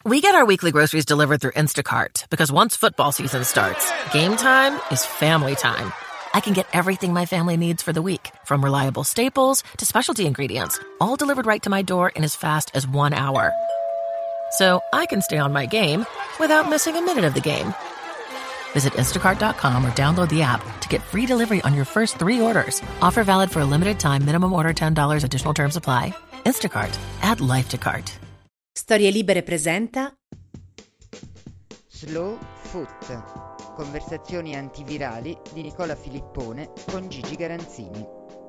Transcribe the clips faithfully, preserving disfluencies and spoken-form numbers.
We get our weekly groceries delivered through Instacart because once football season starts, game time is family time. I can get everything my family needs for the week, from reliable staples to specialty ingredients, all delivered right to my door in as fast as one hour. So I can stay on my game without missing a minute of the game. Visit instacart dot com or download the app to get free delivery on your first three orders. Offer valid for a limited time. Minimum order ten dollars. Additional terms apply. Instacart. Add life to cart. Storie Libere presenta Slow Foot, conversazioni antivirali di Nicola Filippone con Gigi Garanzini.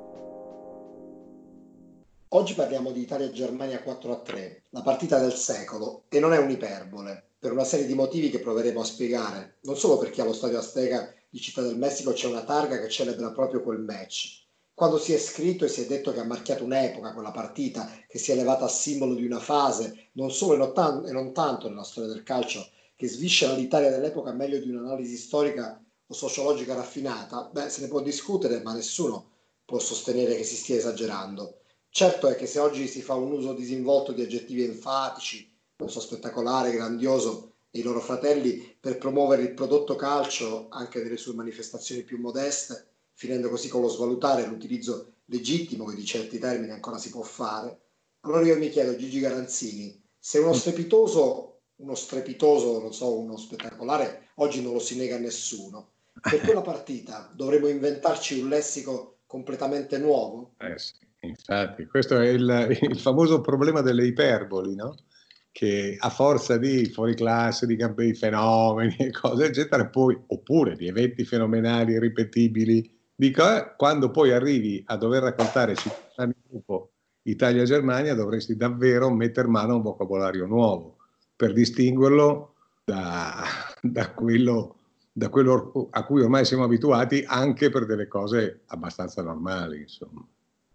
Oggi parliamo di Italia-Germania quattro a tre, la partita del secolo, e non è un'iperbole, per una serie di motivi che proveremo a spiegare, non solo perché allo Stadio Azteca di Città del Messico c'è una targa che celebra proprio quel match. Quando si è scritto e si è detto che ha marchiato un'epoca quella partita, che si è elevata a simbolo di una fase, non solo e non, tan- e non tanto nella storia del calcio, che sviscera l'Italia dell'epoca meglio di un'analisi storica o sociologica raffinata, beh, se ne può discutere, ma nessuno può sostenere che si stia esagerando. Certo è che se oggi si fa un uso disinvolto di aggettivi enfatici, non so, spettacolare, grandioso, e i loro fratelli, per promuovere il prodotto calcio anche delle sue manifestazioni più modeste, finendo così con lo svalutare l'utilizzo legittimo che di certi termini ancora si può fare, allora io mi chiedo, Gigi Garanzini, se uno strepitoso, uno strepitoso, non so, uno spettacolare, oggi non lo si nega a nessuno, per quella partita dovremmo inventarci un lessico completamente nuovo? Eh sì, infatti, questo è il, il famoso problema delle iperboli, no? Che a forza di fuoriclasse, di campi di fenomeni e cose eccetera, poi, oppure di eventi fenomenali, irripetibili, dico, eh, quando poi arrivi a dover raccontare cinquanta anni dopo Italia-Germania dovresti davvero metter mano a un vocabolario nuovo per distinguerlo da, da, quello, da quello a cui ormai siamo abituati, anche per delle cose abbastanza normali, insomma.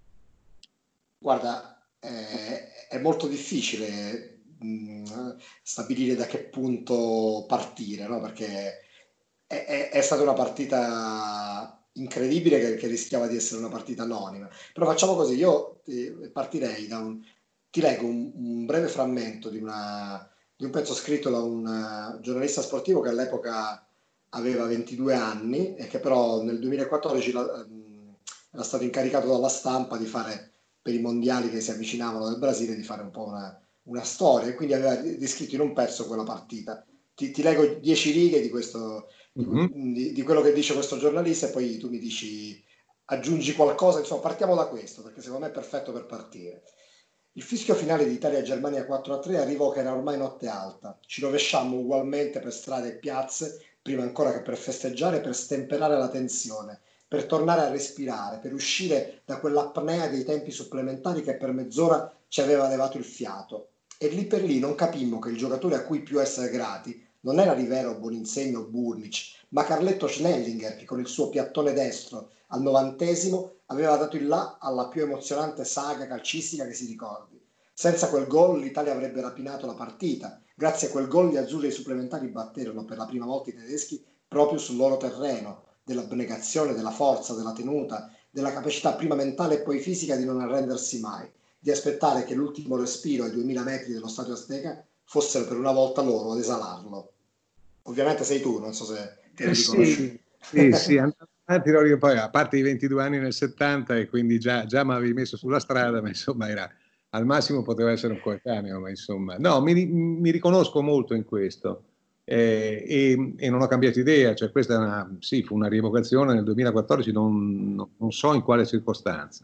Guarda, eh, è molto difficile mh, stabilire da che punto partire, no? Perché è, è- è stata una partita incredibile che, che rischiava di essere una partita anonima. Però facciamo così, io ti- partirei da un... Ti leggo un, un breve frammento di, una- di un pezzo scritto da un eh, giornalista sportivo che all'epoca aveva ventidue anni e che però nel duemilaquattordici la- ehm, era stato incaricato dalla stampa di fare per i mondiali che si avvicinavano del Brasile, di fare un po' una, una storia, e quindi aveva descritto in un pezzo quella partita. Ti, ti leggo dieci righe di questo, di, Mhm. di- di quello che dice questo giornalista, e poi tu mi dici, aggiungi qualcosa. Insomma, partiamo da questo, perché secondo me è perfetto per partire. Il fischio finale di Italia-Germania quattro a tre arrivò che era ormai notte alta. Ci rovesciammo ugualmente per strade e piazze, prima ancora che per festeggiare, per stemperare la tensione, per tornare a respirare, per uscire da quell'apnea dei tempi supplementari che per mezz'ora ci aveva levato il fiato. E lì per lì non capimmo che il giocatore a cui più essere grati non era Rivero, Boninsegno o Burnic, ma Carletto Schnellinger, che con il suo piattone destro al novantesimo aveva dato il là alla più emozionante saga calcistica che si ricordi. Senza quel gol l'Italia avrebbe rapinato la partita. Grazie a quel gol gli azzurri ai supplementari batterono per la prima volta i tedeschi proprio sul loro terreno, dell'abnegazione, della forza, della tenuta, della capacità prima mentale e poi fisica di non arrendersi mai, di aspettare che l'ultimo respiro ai duemila metri dello Stadio Azteca fossero per una volta loro ad esalarlo. Ovviamente sei tu, non so se ti Eh riconosci. sì, sì, sì, andando avanti, no, io poi, a parte i ventidue anni nel settanta, e quindi già, già mi avevi messo sulla strada, ma insomma era, al massimo poteva essere un coetaneo, ma insomma, no, mi, mi riconosco molto in questo, eh, e, e non ho cambiato idea, cioè questa è una, sì, fu una rievocazione nel duemilaquattordici, non, non- non so in quale circostanza.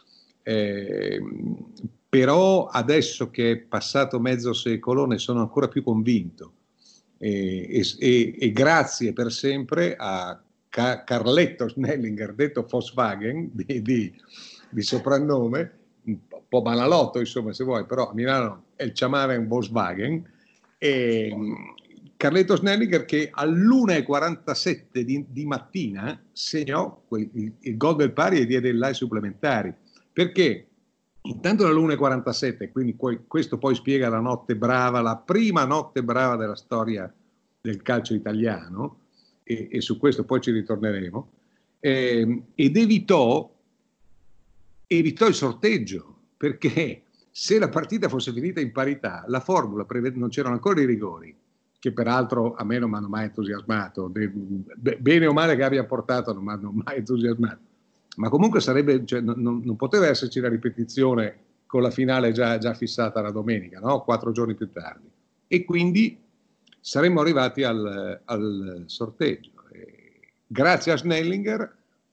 Eh, Però adesso che è passato mezzo secolo ne sono ancora più convinto, e, e- e- e grazie per sempre a Ca- Carletto Snellinger, detto Volkswagen di, di- di soprannome, un po' banalotto insomma se vuoi, però a Milano è il chiamare un Volkswagen, e mh, Carletto Snellinger che all'una e quarantasette di, di mattina segnò quel- il, il gol del pari e diede il là ai supplementari, perché intanto all'una e quarantasette, quindi poi, questo poi spiega la notte brava, la prima notte brava della storia del calcio italiano, e, e su questo poi ci ritorneremo, eh, ed evitò, evitò il sorteggio, perché se la partita fosse finita in parità, la formula prevede, non c'erano ancora i rigori, che peraltro a me non mi hanno mai entusiasmato, de, be, bene o male che abbia portato non mi hanno mai entusiasmato, ma comunque sarebbe, cioè, non, non poteva esserci la ripetizione con la finale già, già fissata la domenica, no? Quattro giorni più tardi, e quindi saremmo arrivati al, al sorteggio. E grazie a Snellinger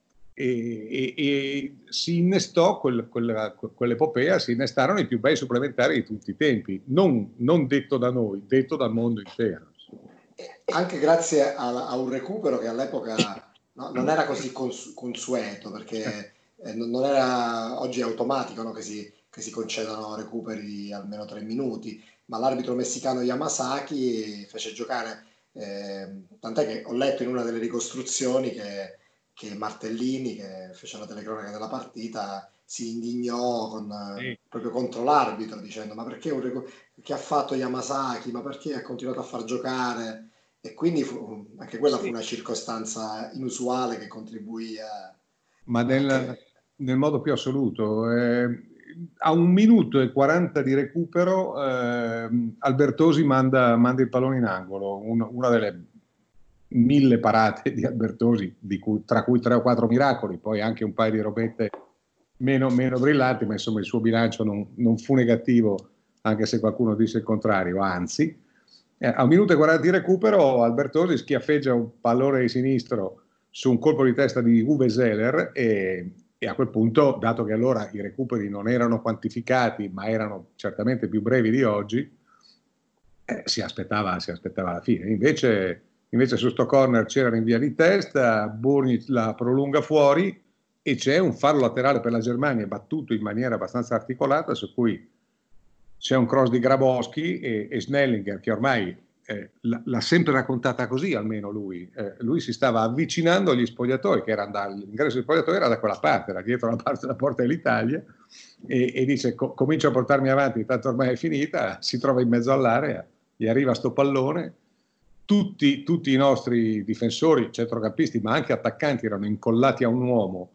e, e, e si innestò quel, quella, quell'epopea, si innestarono i più bei supplementari di tutti i tempi, non, non detto da noi, detto dal mondo intero. Anche grazie a, a un recupero che all'epoca no, non era così cons- consueto, perché eh, non era, oggi è automatico, no, che, si, che si concedano recuperi di almeno tre minuti, ma l'arbitro messicano Yamasaki fece giocare, eh, tant'è che ho letto in una delle ricostruzioni che che Martellini, che fece la telecronaca della partita, si indignò con, sì. proprio contro l'arbitro, dicendo ma perché un recu- che ha fatto Yamasaki, ma perché ha continuato a far giocare, e quindi fu, anche quella sì. fu una circostanza inusuale che contribuì a... Ma nel, anche... nel modo più assoluto, eh, a un minuto e quaranta di recupero eh, Albertosi manda, manda il pallone in angolo, un, una delle mille parate di Albertosi, di cui, tra cui tre o quattro miracoli, poi anche un paio di robette meno, meno brillanti, ma insomma il suo bilancio non, non fu negativo, anche se qualcuno disse il contrario, anzi. Eh, a un minuto e quaranta di recupero Albertosi schiaffeggia un pallone di sinistro su un colpo di testa di Uwe Seeler e, e a quel punto, dato che allora i recuperi non erano quantificati, ma erano certamente più brevi di oggi, eh, si aspettava, si aspettava la fine. Invece Invece su sto corner c'era in via di testa, Burnic la prolunga fuori e c'è un fallo laterale per la Germania battuto in maniera abbastanza articolata, su cui c'è un cross di Grabowski e, e Snellinger, che ormai eh, l'ha sempre raccontata così, almeno lui. Eh, lui si stava avvicinando agli spogliatoi, che era da, l'ingresso degli spogliatoi era da quella parte, era dietro la parte della porta dell'Italia, e, e dice co- comincio a portarmi avanti, tanto ormai è finita, si trova in mezzo all'area, gli arriva sto pallone. Tutti, tutti i nostri difensori, centrocampisti, ma anche attaccanti erano incollati a un uomo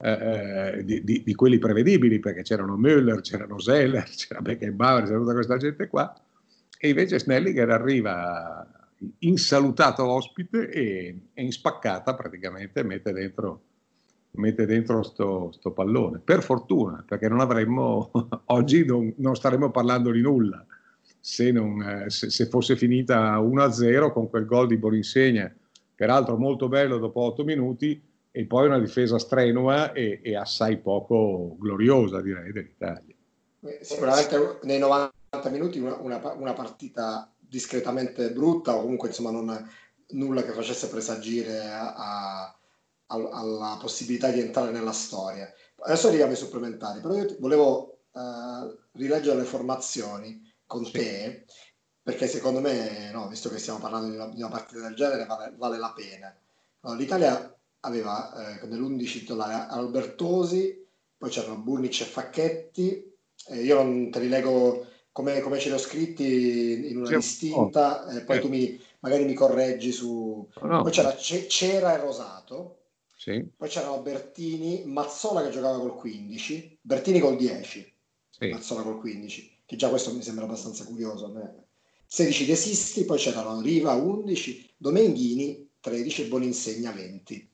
eh, di, di, di quelli prevedibili, perché c'erano Müller, c'erano Seeler, c'era Beckenbauer, c'era tutta questa gente qua, e invece Snellinger arriva insalutato ospite e, e in spaccata praticamente mette dentro, mette dentro sto, sto pallone. Per fortuna, perché non avremmo, oggi non, non staremmo parlando di nulla. Se, non, se, se fosse finita uno a zero con quel gol di Boninsegna, peraltro molto bello dopo otto minuti, e poi una difesa strenua e, e assai poco gloriosa, direi, dell'Italia. Sicuramente nei novanta minuti una, una, una partita discretamente brutta, o comunque insomma non, nulla che facesse presagire a, a, alla possibilità di entrare nella storia. Adesso arriviamo ai supplementari, però io volevo uh, rileggere le formazioni con sì. te, perché secondo me, no, visto che stiamo parlando di una, di una partita del genere, vale, vale la pena. Allora, l'Italia aveva eh, nell'undici titolare Albertosi, poi c'erano Burnic e Facchetti, eh, io non te li leggo come, come ce li ho scritti in una sì, distinta, eh, poi eh. tu mi, magari mi correggi su... No. Poi c'era C- Cera e Rosato, sì. Poi c'erano Bertini, Mazzola che giocava col quindici, Bertini col dieci, sì. Mazzola col quindici. Che già questo mi sembra abbastanza curioso a me. sedici De Sisti, poi c'erano Riva undici, Domenghini tredici e Boninsegna venti.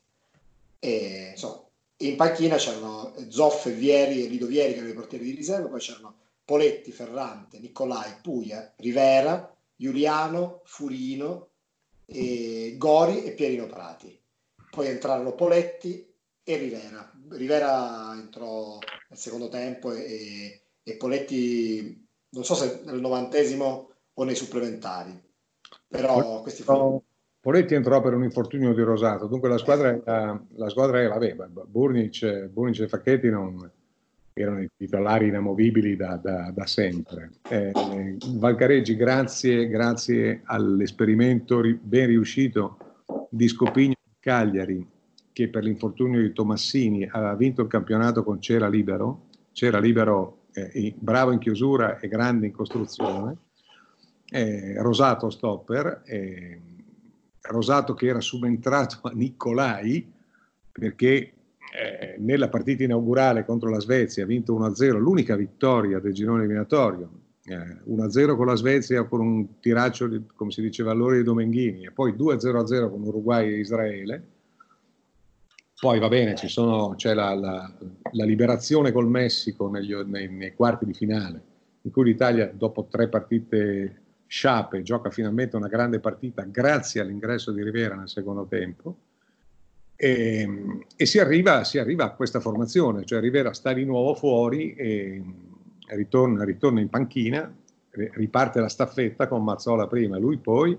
E insomma, in panchina c'erano Zoff, Vieri e Lido Vieri che erano i portieri di riserva, poi c'erano Poletti, Ferrante, Nicolai, Puglia, Rivera, Giuliano, Furino, e Gori e Pierino Prati. Poi entrarono Poletti e Rivera. Rivera entrò nel secondo tempo e, e Poletti non so se nel novantesimo o nei supplementari, però questi furono... Poletti entrò per un infortunio di Rosato, dunque la squadra eh, era, la squadra era vabbè, Burnic, Burnic e Facchetti non erano i titolari inamovibili da, da, da sempre. Eh, Valcareggi, grazie, grazie all'esperimento ri, ben riuscito di Scopigno Cagliari, che per l'infortunio di Tomassini aveva vinto il campionato con Cera libero, Cera libero eh, bravo in chiusura e grande in costruzione, eh, Rosato stopper, eh, Rosato che era subentrato a Nicolai perché eh, nella partita inaugurale contro la Svezia ha vinto uno a zero, l'unica vittoria del girone eliminatorio, eh, uno a zero con la Svezia con un tiraccio, di, come si diceva allora, di Domenghini, e poi due a zero a zero con Uruguay e Israele. Poi va bene, ci sono, c'è la, la, la liberazione col Messico negli, nei, nei quarti di finale, in cui l'Italia dopo tre partite sciape gioca finalmente una grande partita grazie all'ingresso di Rivera nel secondo tempo, e, e si, arriva, si arriva a questa formazione, cioè Rivera sta di nuovo fuori e ritorna, ritorna in panchina, riparte la staffetta con Mazzola prima, lui poi,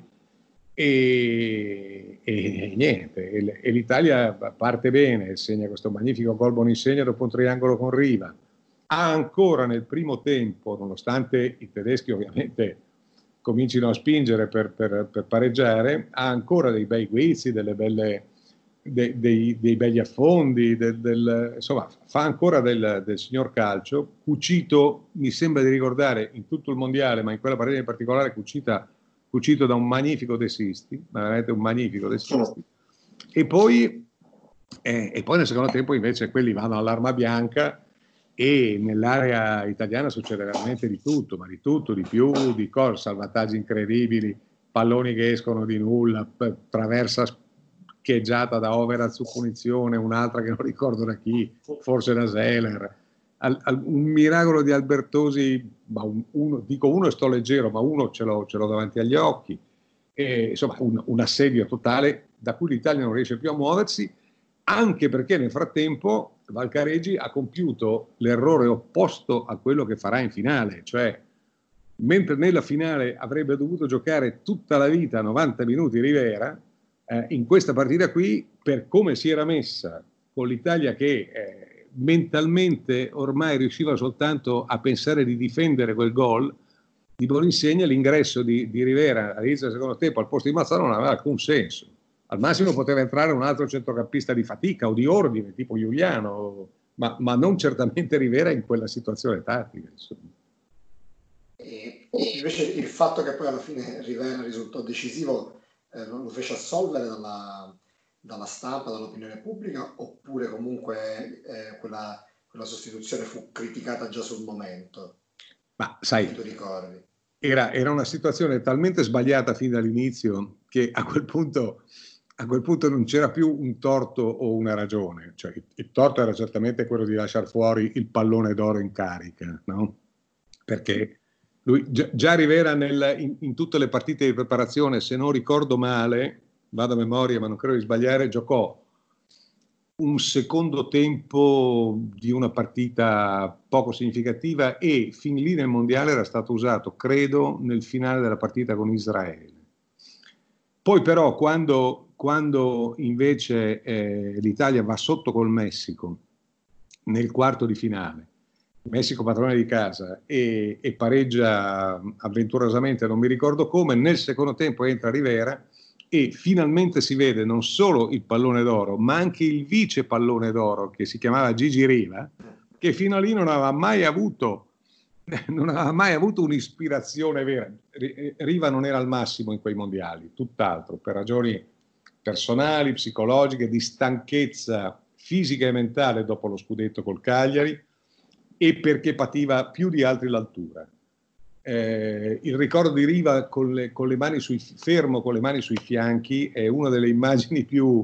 e, e niente, e, e l'Italia parte bene, segna questo magnifico gol Boninsegna dopo un triangolo con Riva. Ha ancora nel primo tempo, nonostante i tedeschi ovviamente comincino a spingere per, per, per pareggiare, ha ancora dei bei guizzi, delle belle, de, dei, dei begli affondi, del, del, insomma fa ancora del, del signor calcio, cucito, mi sembra di ricordare, in tutto il mondiale, ma in quella partita in particolare cucita cucito da un magnifico De Sisti, veramente un magnifico De Sisti, e poi, eh, e poi nel secondo tempo invece quelli vanno all'arma bianca e nell'area italiana succede veramente di tutto, ma di tutto, di più, di cose, salvataggi incredibili, palloni che escono di nulla, traversa scheggiata da Overath su punizione, un'altra che non ricordo da chi, forse da Seller, Al, al, un miracolo di Albertosi, ma un, uno, dico uno e sto leggero, ma uno ce l'ho, ce l'ho davanti agli occhi, e, insomma un, un assedio totale da cui l'Italia non riesce più a muoversi, anche perché nel frattempo Valcareggi ha compiuto l'errore opposto a quello che farà in finale, cioè mentre nella finale avrebbe dovuto giocare tutta la vita novanta minuti Rivera, eh, in questa partita qui, per come si era messa con l'Italia che eh, mentalmente ormai riusciva soltanto a pensare di difendere quel gol di Boninsegna, l'ingresso di, di Rivera all'inizio del secondo tempo al posto di Mazzola non aveva alcun senso. Al massimo poteva entrare un altro centrocampista di fatica o di ordine tipo Giuliano, ma, ma non certamente Rivera in quella situazione tattica, insomma. E invece il fatto che poi alla fine Rivera risultò decisivo eh, non lo fece assolvere dalla dalla stampa, dall'opinione pubblica, oppure comunque eh, quella, quella sostituzione fu criticata già sul momento? Ma sai, tu ricordi? Era, era una situazione talmente sbagliata fin dall'inizio che a quel punto, a quel punto non c'era più un torto o una ragione. Cioè, il, il torto era certamente quello di lasciare fuori il pallone d'oro in carica, no? Perché lui, già, già Rivera nel, in, in tutte le partite di preparazione, se non ricordo male, vado a memoria ma non credo di sbagliare, giocò un secondo tempo di una partita poco significativa e fin lì nel mondiale era stato usato, credo, nel finale della partita con Israele. Poi però quando, quando invece eh, l'Italia va sotto col Messico nel quarto di finale, Messico padrone di casa, e, e pareggia avventurosamente, non mi ricordo come, nel secondo tempo entra Rivera e finalmente si vede non solo il pallone d'oro, ma anche il vice pallone d'oro che si chiamava Gigi Riva, che fino a lì non aveva mai avuto, non aveva mai avuto un'ispirazione vera. Riva non era al massimo in quei mondiali, tutt'altro, per ragioni personali, psicologiche, di stanchezza fisica e mentale dopo lo scudetto col Cagliari, e perché pativa più di altri l'altura. Eh, il ricordo di Riva con le, con le mani sui, fermo con le mani sui fianchi è una delle immagini più,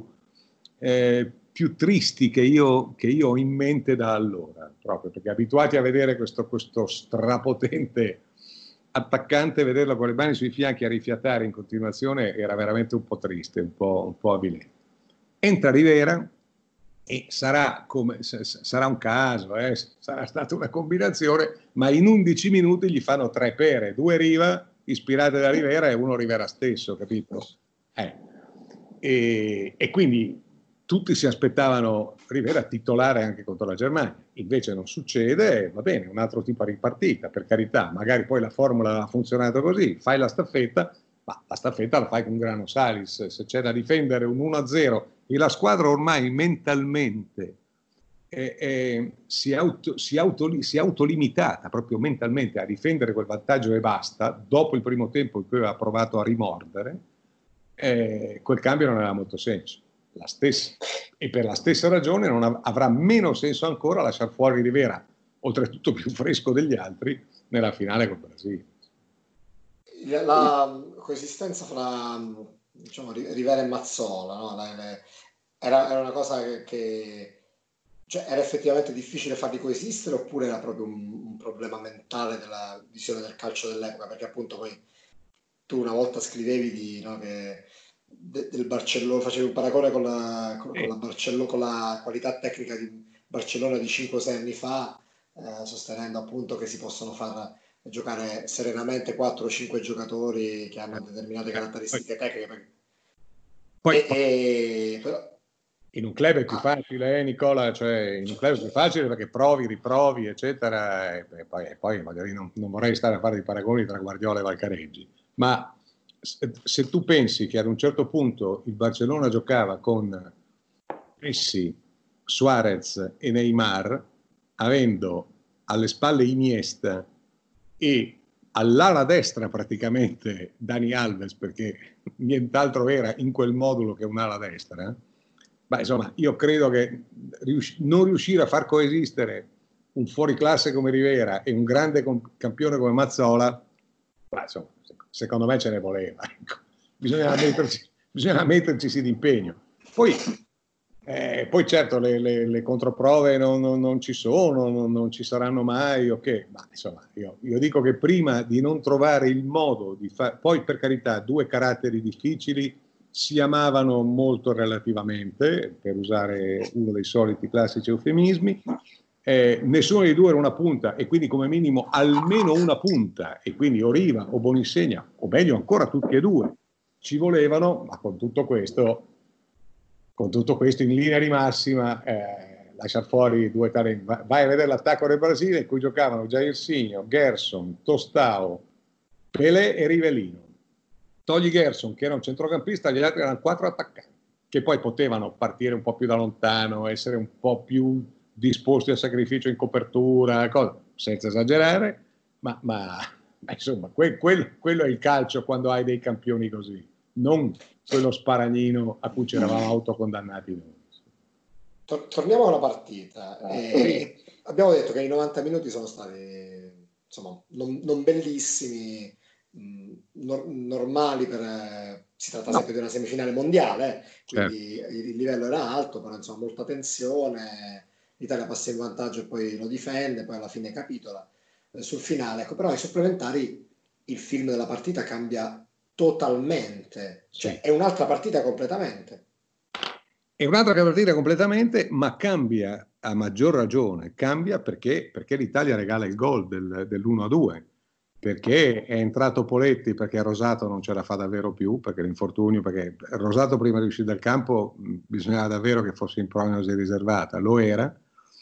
eh, più tristi che io, che io ho in mente da allora, proprio perché abituati a vedere questo, questo strapotente attaccante, vederlo con le mani sui fianchi a rifiatare in continuazione era veramente un po' triste, un po', un po' avvilente. Entra Rivera e sarà, come, sarà un caso, eh, sarà stata una combinazione, ma in undici minuti gli fanno tre pere, due Riva ispirate da Rivera e uno Rivera stesso, capito? Eh. E, e quindi tutti si aspettavano Rivera titolare anche contro la Germania, invece non succede, va bene, un altro tipo di partita, per carità, magari poi la formula ha funzionato così, fai la staffetta, ma la staffetta la fai con Grano Salis, se c'è da difendere un uno a zero e la squadra ormai mentalmente eh, eh, si è auto, si auto, si è autolimitata proprio mentalmente a difendere quel vantaggio e basta, dopo il primo tempo in cui aveva provato a rimordere, eh, quel cambio non aveva molto senso. La stessa, e per la stessa ragione non av- avrà meno senso ancora lasciar fuori Rivera, oltretutto più fresco degli altri, nella finale col Brasile. La, la coesistenza fra, diciamo, Rivera e Mazzola, no? La, le, era, era una cosa che, che cioè, era effettivamente difficile farli coesistere, oppure era proprio un, un problema mentale della visione del calcio dell'epoca? Perché appunto poi tu una volta scrivevi di, no, che de, del Barcellona, facevi un paragone con la, con, con la Barcellona, con la qualità tecnica di Barcellona di cinque sei anni fa, eh, sostenendo appunto che si possono far giocare serenamente quattro o cinque giocatori che hanno determinate caratteristiche tecniche. Poi, e, e, però, in un club è più facile, eh, Nicola, cioè in un club è più facile perché provi, riprovi, eccetera, e, e, poi, e poi magari non, non vorrei stare a fare dei paragoni tra Guardiola e Valcareggi, ma se, se tu pensi che ad un certo punto il Barcellona giocava con Messi, Suarez e Neymar, avendo alle spalle Iniesta e all'ala destra praticamente Dani Alves, perché nient'altro era in quel modulo che un'ala destra, ma insomma io credo che rius- non riuscire a far coesistere un fuoriclasse come Rivera e un grande com- campione come Mazzola, ma insomma, secondo me ce ne voleva, ecco. Bisogna metterci, bisogna metterci d'impegno. Poi Eh, poi certo le, le, le controprove non, non, non ci sono, non, non ci saranno mai, ok, ma insomma io, io dico che prima di non trovare il modo di fare, poi per carità due caratteri difficili si amavano molto relativamente, per usare uno dei soliti classici eufemismi, eh, nessuno dei due era una punta e quindi come minimo almeno una punta, e quindi o Riva o Bonissegna, o meglio ancora tutti e due, ci volevano, ma con tutto questo Con tutto questo in linea di massima, eh, lasciar fuori due talenti. Vai a vedere l'attacco del Brasile in cui giocavano Jairzinho, Gerson, Tostao, Pelé e Rivellino. Togli Gerson, che era un centrocampista, gli altri erano quattro attaccanti, che poi potevano partire un po' più da lontano, essere un po' più disposti al sacrificio in copertura, cosa, senza esagerare, ma, ma, ma insomma, que, quel, quello è il calcio quando hai dei campioni così, non quello sparagnino a cui ci eravamo autocondannati noi. Tor- torniamo alla partita. E abbiamo detto che i novanta minuti sono stati insomma non, non bellissimi, mh, nor- normali per eh, si tratta No. sempre di una semifinale mondiale, quindi Certo. il, il livello era alto, però insomma molta tensione, l'Italia passa in vantaggio e poi lo difende, poi alla fine capitola eh, sul finale. Ecco, però ai supplementari il film della partita cambia totalmente, cioè Sì. è un'altra partita completamente. È un'altra partita completamente, ma cambia a maggior ragione, cambia perché, perché l'Italia regala il gol del, dell'uno a due, perché è entrato Poletti, perché Rosato non ce la fa davvero più, perché l'infortunio, perché Rosato prima di uscire dal campo mh, bisognava davvero che fosse in prognosi riservata, lo era,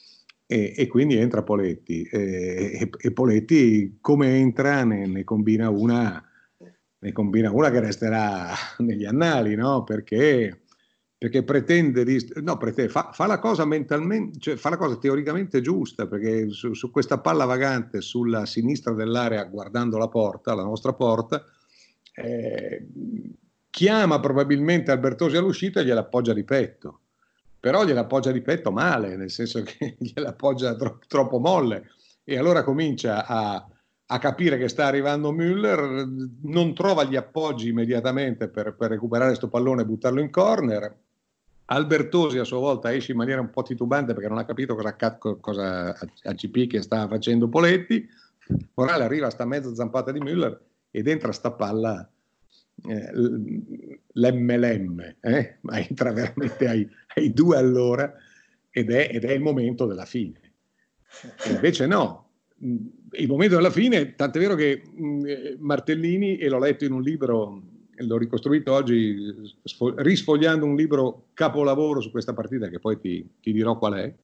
e, e quindi entra Poletti, e, e, e Poletti come entra ne, ne combina una, ne combina una che resterà negli annali, no? Perché perché pretende di, no, pretende, fa, fa la cosa mentalmente, cioè fa la cosa teoricamente giusta, perché su, su questa palla vagante sulla sinistra dell'area, guardando la porta, la nostra porta, eh, chiama probabilmente Albertosi all'uscita e gliela appoggia di petto, però gliela appoggia di petto male, nel senso che gliela appoggia tro- troppo molle, e allora comincia a a capire che sta arrivando Müller, non trova gli appoggi immediatamente per, per recuperare questo pallone e buttarlo in corner. Albertosi a sua volta esce in maniera un po' titubante perché non ha capito cosa, cosa a C P che stava facendo Poletti. Morale arriva a sta mezza zampata di Müller ed entra sta palla eh, l'emme l'emme, eh? Ma entra veramente ai, ai due all'ora ed è, ed è il momento della fine. E invece no, il momento della fine, tant'è vero che mh, Martellini, e l'ho letto in un libro, l'ho ricostruito oggi sfo- risfogliando un libro capolavoro su questa partita che poi ti, ti dirò qual è,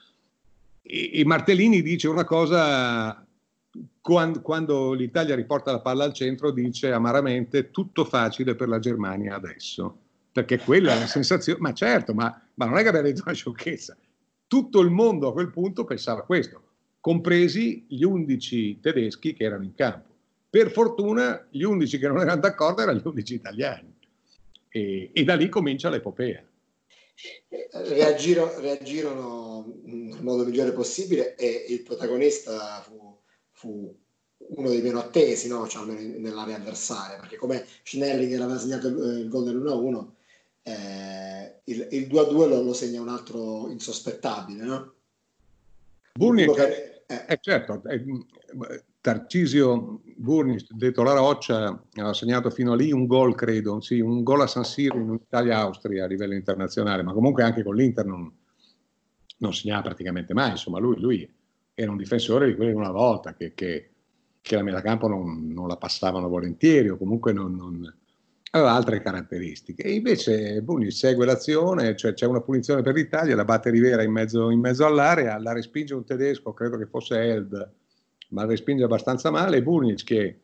e, e Martellini dice una cosa quando, quando l'Italia riporta la palla al centro, dice amaramente tutto facile per la Germania adesso, perché quella è la sensazione, ma certo, ma, ma non è che abbia detto una sciocchezza, tutto il mondo a quel punto pensava questo, compresi gli undici tedeschi che erano in campo. Per fortuna gli undici che non erano d'accordo erano gli undici italiani. E, e da lì comincia l'epopea. Reagiro, reagirono nel modo migliore possibile e il protagonista fu, fu uno dei meno attesi, no? Cioè, almeno nell'area avversaria, perché come Schnelling aveva segnato il, il gol dell'uno a uno, eh, il, il due a due lo, lo segna un altro insospettabile, no? Burnic, che, eh. eh, certo, eh, Tarcisio Burnic, detto La Roccia, ha segnato fino a lì un gol, credo, sì, un gol a San Siro in Italia-Austria a livello internazionale, ma comunque anche con l'Inter non, non segnava praticamente mai. Insomma, lui, lui era un difensore di quelli di una volta che, che, che la metacampo non, non la passavano volentieri o comunque non, non aveva altre caratteristiche. E invece Burnic segue l'azione, cioè c'è una punizione per l'Italia, la batte Rivera in mezzo, in mezzo all'area, la respinge un tedesco, credo che fosse Held, ma la respinge abbastanza male, e Burnic che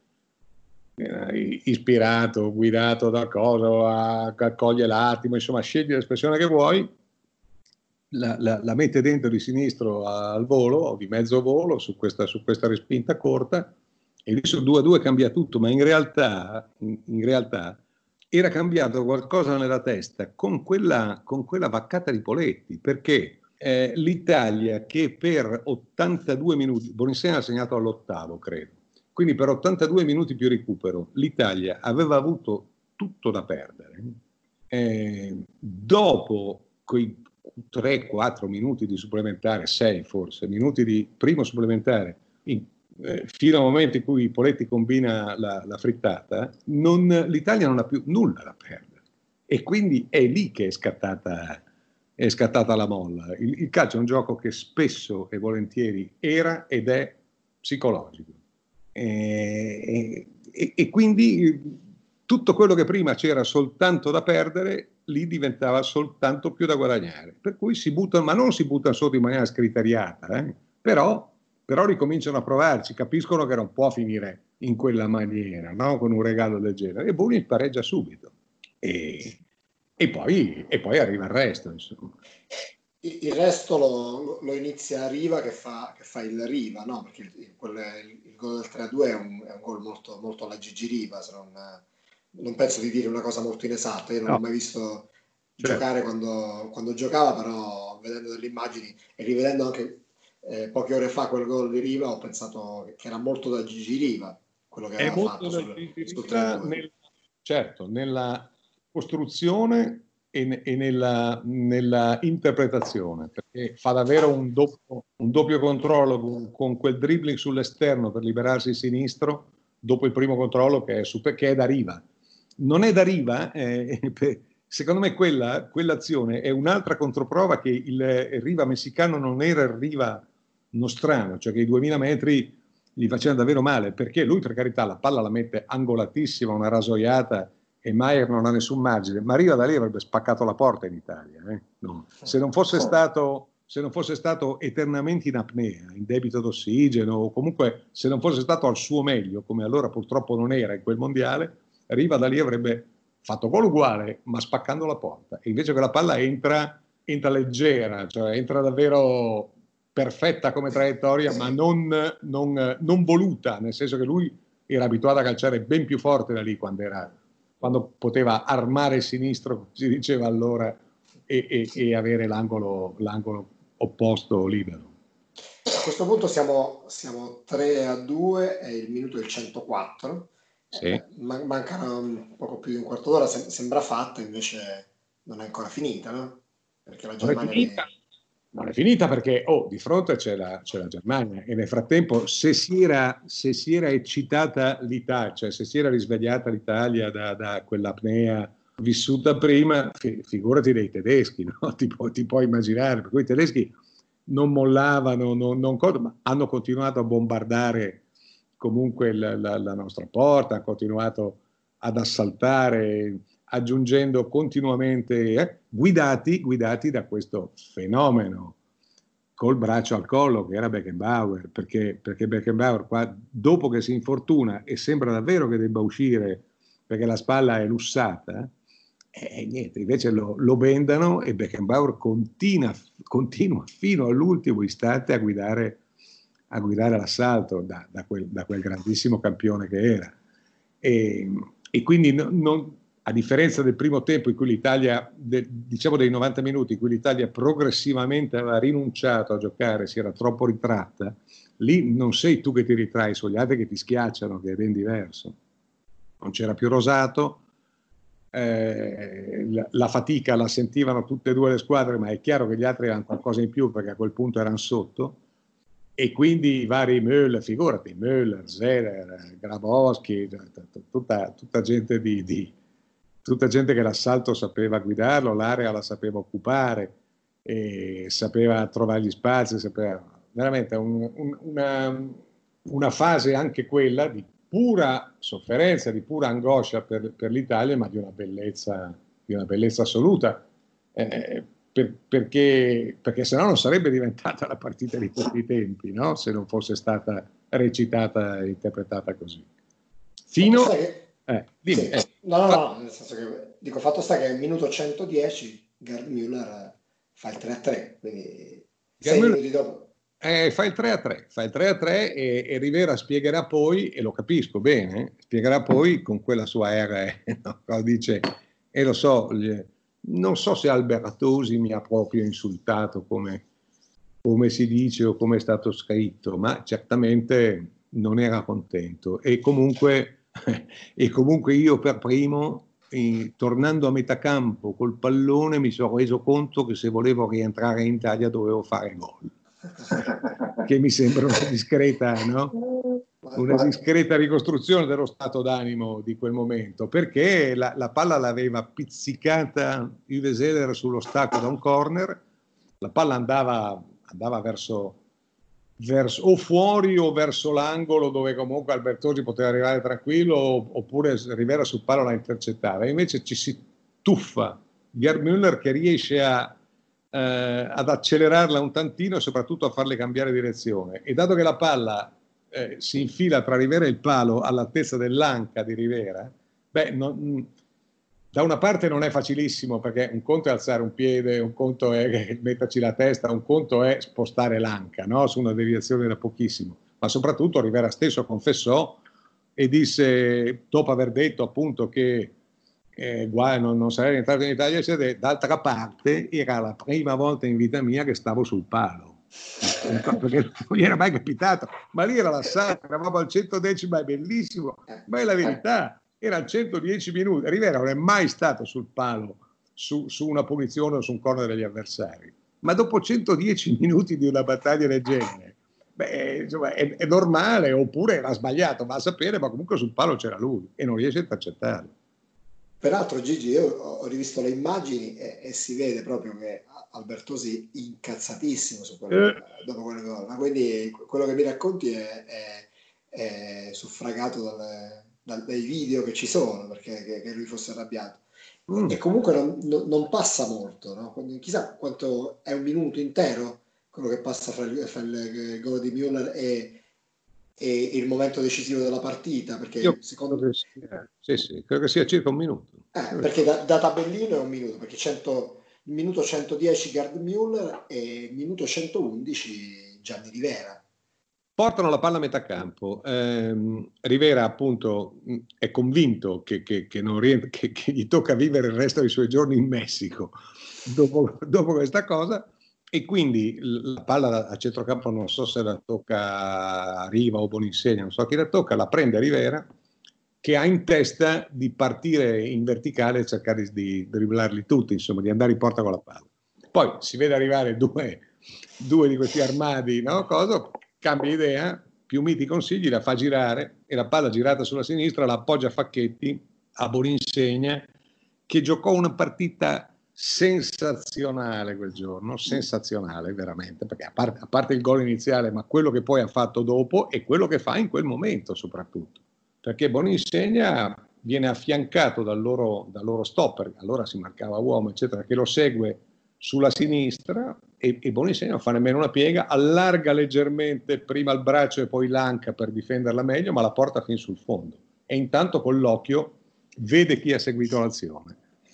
eh, ispirato, guidato da cosa, accoglie l'attimo, insomma scegli l'espressione che vuoi, la, la, la mette dentro di sinistro al volo o di mezzo volo su questa, su questa respinta corta, e lì sul due a due cambia tutto, ma in realtà, in, in realtà era cambiato qualcosa nella testa con quella, con quella vaccata di Poletti, perché eh, l'Italia, che per ottantadue minuti, Bonissena ha segnato all'ottavo, credo, quindi per ottantadue minuti più recupero, l'Italia aveva avuto tutto da perdere. Eh, dopo quei tre quattro minuti di supplementare, sei forse, minuti di primo supplementare, in, eh, fino al momento in cui Poletti combina la, la frittata, non, l'Italia non ha più nulla da perdere. E quindi è lì che è scattata, è scattata la molla. Il, il calcio è un gioco che spesso e volentieri era ed è psicologico. E, e, e quindi tutto quello che prima c'era soltanto da perdere, lì diventava soltanto più da guadagnare. Per cui si buttano, ma non si buttano sotto in maniera scriteriata, eh? però, però ricominciano a provarci, capiscono che non può finire in quella maniera, no? Con un regalo del genere. E Burnic pareggia subito. E, e, poi, e poi arriva il resto, insomma. Il resto lo, lo inizia Riva che fa, che fa il Riva, no? Perché il, il, il gol del tre a due è un, è un gol molto, molto alla Gigi Riva, se non, non penso di dire una cosa molto inesatta, io non No. l'ho mai visto Certo. giocare quando, quando giocava, però vedendo delle immagini e rivedendo anche eh, poche ore fa quel gol di Riva ho pensato che era molto da Gigi Riva quello che È aveva molto fatto da sul, Gigi sul Riva tre a due. nel, certo, nella costruzione e, e nella, nella interpretazione, perché fa davvero un doppio, un doppio controllo con, con quel dribbling sull'esterno per liberarsi il sinistro dopo il primo controllo che è, super, che è da Riva. Non è da Riva, eh, secondo me quella, quell'azione è un'altra controprova che il, il Riva messicano non era il Riva nostrano, cioè che i duemila metri gli facevano davvero male, perché lui, per carità, la palla la mette angolatissima, una rasoiata, e Maier non ha nessun margine, ma Riva da lì avrebbe spaccato la porta in Italia. Eh? No. Se non fosse stato, se non fosse stato eternamente in apnea, in debito d'ossigeno, o comunque se non fosse stato al suo meglio, come allora purtroppo non era in quel mondiale, Riva da lì avrebbe fatto gol uguale, ma spaccando la porta. E invece che la palla entra, entra leggera, cioè entra davvero perfetta come traiettoria, ma non, non, non voluta, nel senso che lui era abituato a calciare ben più forte da lì quando, era, quando poteva armare il sinistro, come si diceva allora, e, e, e avere l'angolo, l'angolo opposto libero. A questo punto siamo, siamo tre a due, è il minuto del centoquattro. Sì. Eh, man- mancano poco più di un quarto d'ora, sem- sembra fatta, invece non è ancora finita, no? Perché la Non è Germania finita, ne- non è finita perché oh, di fronte c'è la, c'è la Germania, e nel frattempo se si era, se si era eccitata l'Italia, cioè se si era risvegliata l'Italia da, da quell'apnea vissuta prima, fi- figurati dei tedeschi, no? ti, pu- ti puoi immaginare, per cui i tedeschi non mollavano, non, non, ma hanno continuato a bombardare comunque la, la, la nostra porta, hanno continuato ad assaltare, aggiungendo continuamente, eh, guidati, guidati da questo fenomeno col braccio al collo che era Beckenbauer, perché, perché Beckenbauer qua, dopo che si infortuna e sembra davvero che debba uscire perché la spalla è lussata, e eh, niente, invece lo, lo bendano e Beckenbauer continua, continua fino all'ultimo istante a guidare, a guidare l'assalto da, da, quel, da quel grandissimo campione che era. E, e quindi non, non, a differenza del primo tempo in cui l'Italia, de, diciamo dei novanta minuti, in cui l'Italia progressivamente aveva rinunciato a giocare, si era troppo ritratta, lì non sei tu che ti ritrai, sono gli altri che ti schiacciano, che è ben diverso. Non c'era più Rosato, eh, la, la fatica la sentivano tutte e due le squadre, ma è chiaro che gli altri avevano qualcosa in più perché a quel punto erano sotto, e quindi i vari Müller, figurati, Müller, Zeller, Grabowski, tutta, tutta gente di... di tutta gente che l'assalto sapeva guidarlo, l'area la sapeva occupare, e sapeva trovare gli spazi, sapeva veramente un, un, una, una fase anche quella di pura sofferenza, di pura angoscia per, per l'Italia, ma di una bellezza, di una bellezza assoluta, eh, per, perché, perché sennò non sarebbe diventata la partita di tutti i tempi, no? Se non fosse stata recitata e interpretata così. Fino... Eh, dimmi, sì. eh. No, no, no, nel senso che dico, fatto sta che al minuto centodieci Gerd Müller fa il tre a tre, quindi sei minuti dopo. Eh, fa il tre a tre, fa il tre a tre e, e Rivera spiegherà poi, e lo capisco bene, spiegherà poi con quella sua R, no? Dice, e lo so, gli, non so se Albertosi mi ha proprio insultato come, come si dice o come è stato scritto, ma certamente non era contento, e comunque... e comunque io per primo, eh, tornando a metà campo col pallone, mi sono reso conto che se volevo rientrare in Italia dovevo fare gol, che mi sembra una discreta, no? Una discreta ricostruzione dello stato d'animo di quel momento, perché la, la palla l'aveva pizzicata Uwe Seeler sull'ostacolo da un corner, la palla andava, andava verso Verso, o fuori o verso l'angolo, dove comunque Albertosi poteva arrivare tranquillo, oppure Rivera sul palo la intercettava, e invece ci si tuffa Gerd Müller, che riesce a, eh, ad accelerarla un tantino e soprattutto a farle cambiare direzione, e dato che la palla eh, si infila tra Rivera e il palo all'altezza dell'anca di Rivera, beh, non, da una parte non è facilissimo, perché un conto è alzare un piede, un conto è metterci la testa, un conto è spostare l'anca, no? Su una deviazione da pochissimo, ma soprattutto Rivera stesso confessò e disse, dopo aver detto appunto che eh, guai, non, non sarei entrato in Italia, d'altra parte era la prima volta in vita mia che stavo sul palo, perché non gli era mai capitato, ma lì era l'assalto, eravamo al centodecimo, è bellissimo, ma è la verità. Era centodieci minuti, Rivera non è mai stato sul palo su, su una punizione o su un corner degli avversari, ma dopo centodieci minuti di una battaglia del genere, beh, insomma, è, è normale, oppure era sbagliato, va a sapere, ma comunque sul palo c'era lui e non riesce a intercettarlo. Peraltro, Gigi, io ho rivisto le immagini e, e si vede proprio che Albertosi incazzatissimo su quello, eh. dopo quelle gol, ma quindi quello che mi racconti è, è, è suffragato dalle... dai video che ci sono, perché che, che lui fosse arrabbiato, mm. e comunque non, non, non passa molto, no? Chissà quanto è, un minuto intero quello che passa fra il, fra il gol di Müller e, e il momento decisivo della partita, perché Io secondo credo che sia, sì, sì, credo che sia circa un minuto, eh, perché da, da tabellino è un minuto, perché cento, il minuto centodieci Gerd Müller e il minuto centoundici Gianni Rivera. Portano la palla a metà campo. Eh, Rivera appunto è convinto che, che, che, non rientra, che, che gli tocca vivere il resto dei suoi giorni in Messico dopo, dopo questa cosa, e quindi la palla a centrocampo, non so se la tocca Riva o Boninsegna, non so chi la tocca, la prende Rivera, che ha in testa di partire in verticale e cercare di dribblarli tutti, insomma di andare in porta con la palla. Poi si vede arrivare due, due di questi armadi, no? Cosa? Cambia idea, Piumiti consigli, la fa girare, e la palla girata sulla sinistra la appoggia a Facchetti, a Boninsegna, che giocò una partita sensazionale quel giorno, sensazionale veramente, perché a parte, a parte il gol iniziale, ma quello che poi ha fatto dopo e quello che fa in quel momento soprattutto, perché Boninsegna viene affiancato dal loro, dal loro stopper, allora si marcava uomo eccetera, che lo segue sulla sinistra, e, e Boninsegna non fa nemmeno una piega, allarga leggermente prima il braccio e poi l'anca per difenderla meglio, ma la porta fin sul fondo, e intanto con l'occhio vede chi ha seguito l'azione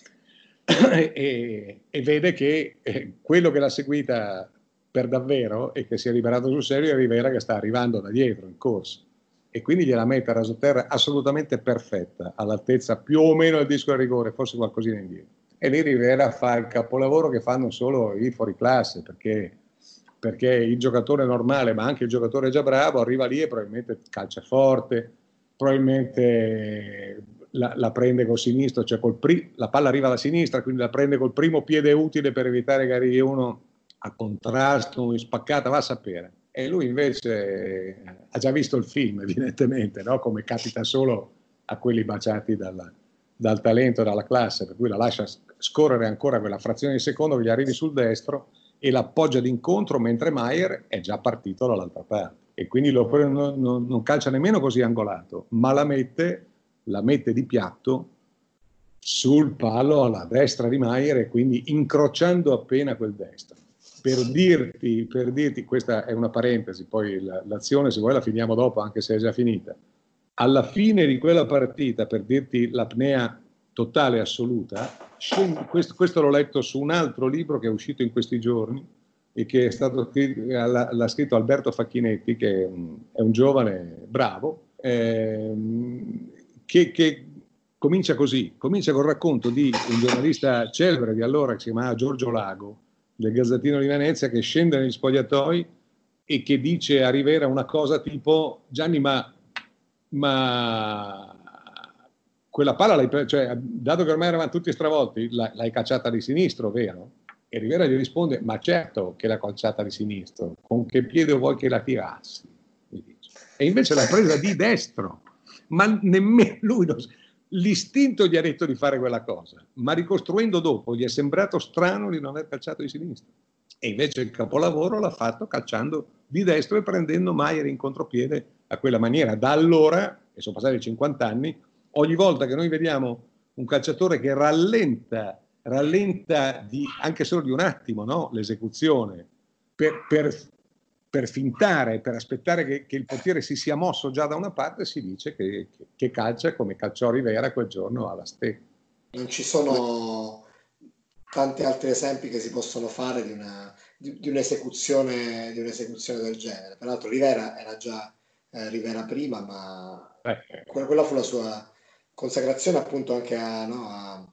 e, e vede che eh, quello che l'ha seguita per davvero e che si è liberato sul serio è Rivera, che sta arrivando da dietro in corsa, e quindi gliela mette a rasoterra assolutamente perfetta, all'altezza più o meno del disco del rigore, forse qualcosina indietro. E lì Rivera fa il capolavoro che fanno solo i fuoriclasse, perché, perché il giocatore normale, ma anche il giocatore già bravo, arriva lì e probabilmente calcia forte, probabilmente la, la prende col sinistro, cioè col pri- la palla arriva alla sinistra, quindi la prende col primo piede utile per evitare che arrivi uno a contrasto, in spaccata, va a sapere. E lui invece ha già visto il film, evidentemente, no? Come capita solo a quelli baciati dalla, dal talento, dalla classe, per cui la lascia scorrere ancora quella frazione di secondo che gli arrivi sul destro e l'appoggia d'incontro mentre Maier è già partito dall'altra parte. E quindi lo, non, non, non calcia nemmeno così angolato, ma la mette, la mette di piatto sul palo alla destra di Maier e quindi incrociando appena quel destro. Per dirti, per dirti, questa è una parentesi, poi la, l'azione se vuoi la finiamo dopo anche se è già finita. Alla fine di quella partita, per dirti l'apnea totale assoluta, scende, questo, questo l'ho letto su un altro libro che è uscito in questi giorni e che è stato, l'ha, l'ha scritto Alberto Facchinetti, che è un, è un giovane bravo, ehm, che, che comincia così, comincia col racconto di un giornalista celebre di allora che si chiamava Giorgio Lago, del Gazzettino di Venezia, che scende negli spogliatoi e che dice a Rivera una cosa tipo: Gianni, ma, ma quella palla l'hai, cioè, dato che ormai eravamo tutti stravolti, l'hai cacciata di sinistro, vero? E Rivera gli risponde: ma certo che l'ha calciata di sinistro, con che piede vuoi che la tirassi? E invece l'ha presa di destro, ma nemmeno lui lo, l'istinto gli ha detto di fare quella cosa, ma ricostruendo dopo gli è sembrato strano di non aver calciato di sinistra. E invece il capolavoro l'ha fatto calciando di destro e prendendo Maier in contropiede a quella maniera. Da allora, e sono passati cinquanta anni, ogni volta che noi vediamo un calciatore che rallenta, rallenta di, anche solo di un attimo, no? L'esecuzione, per, per, per fintare, per aspettare che, che il portiere si sia mosso già da una parte, si dice che, che, che calcia come calciò Rivera quel giorno alla Stecca. Non ci sono tanti altri esempi che si possono fare di, una, di, di, un'esecuzione, di un'esecuzione del genere. Peraltro Rivera era già eh, Rivera prima, ma eh. quella, quella fu la sua consacrazione appunto anche a, no, a,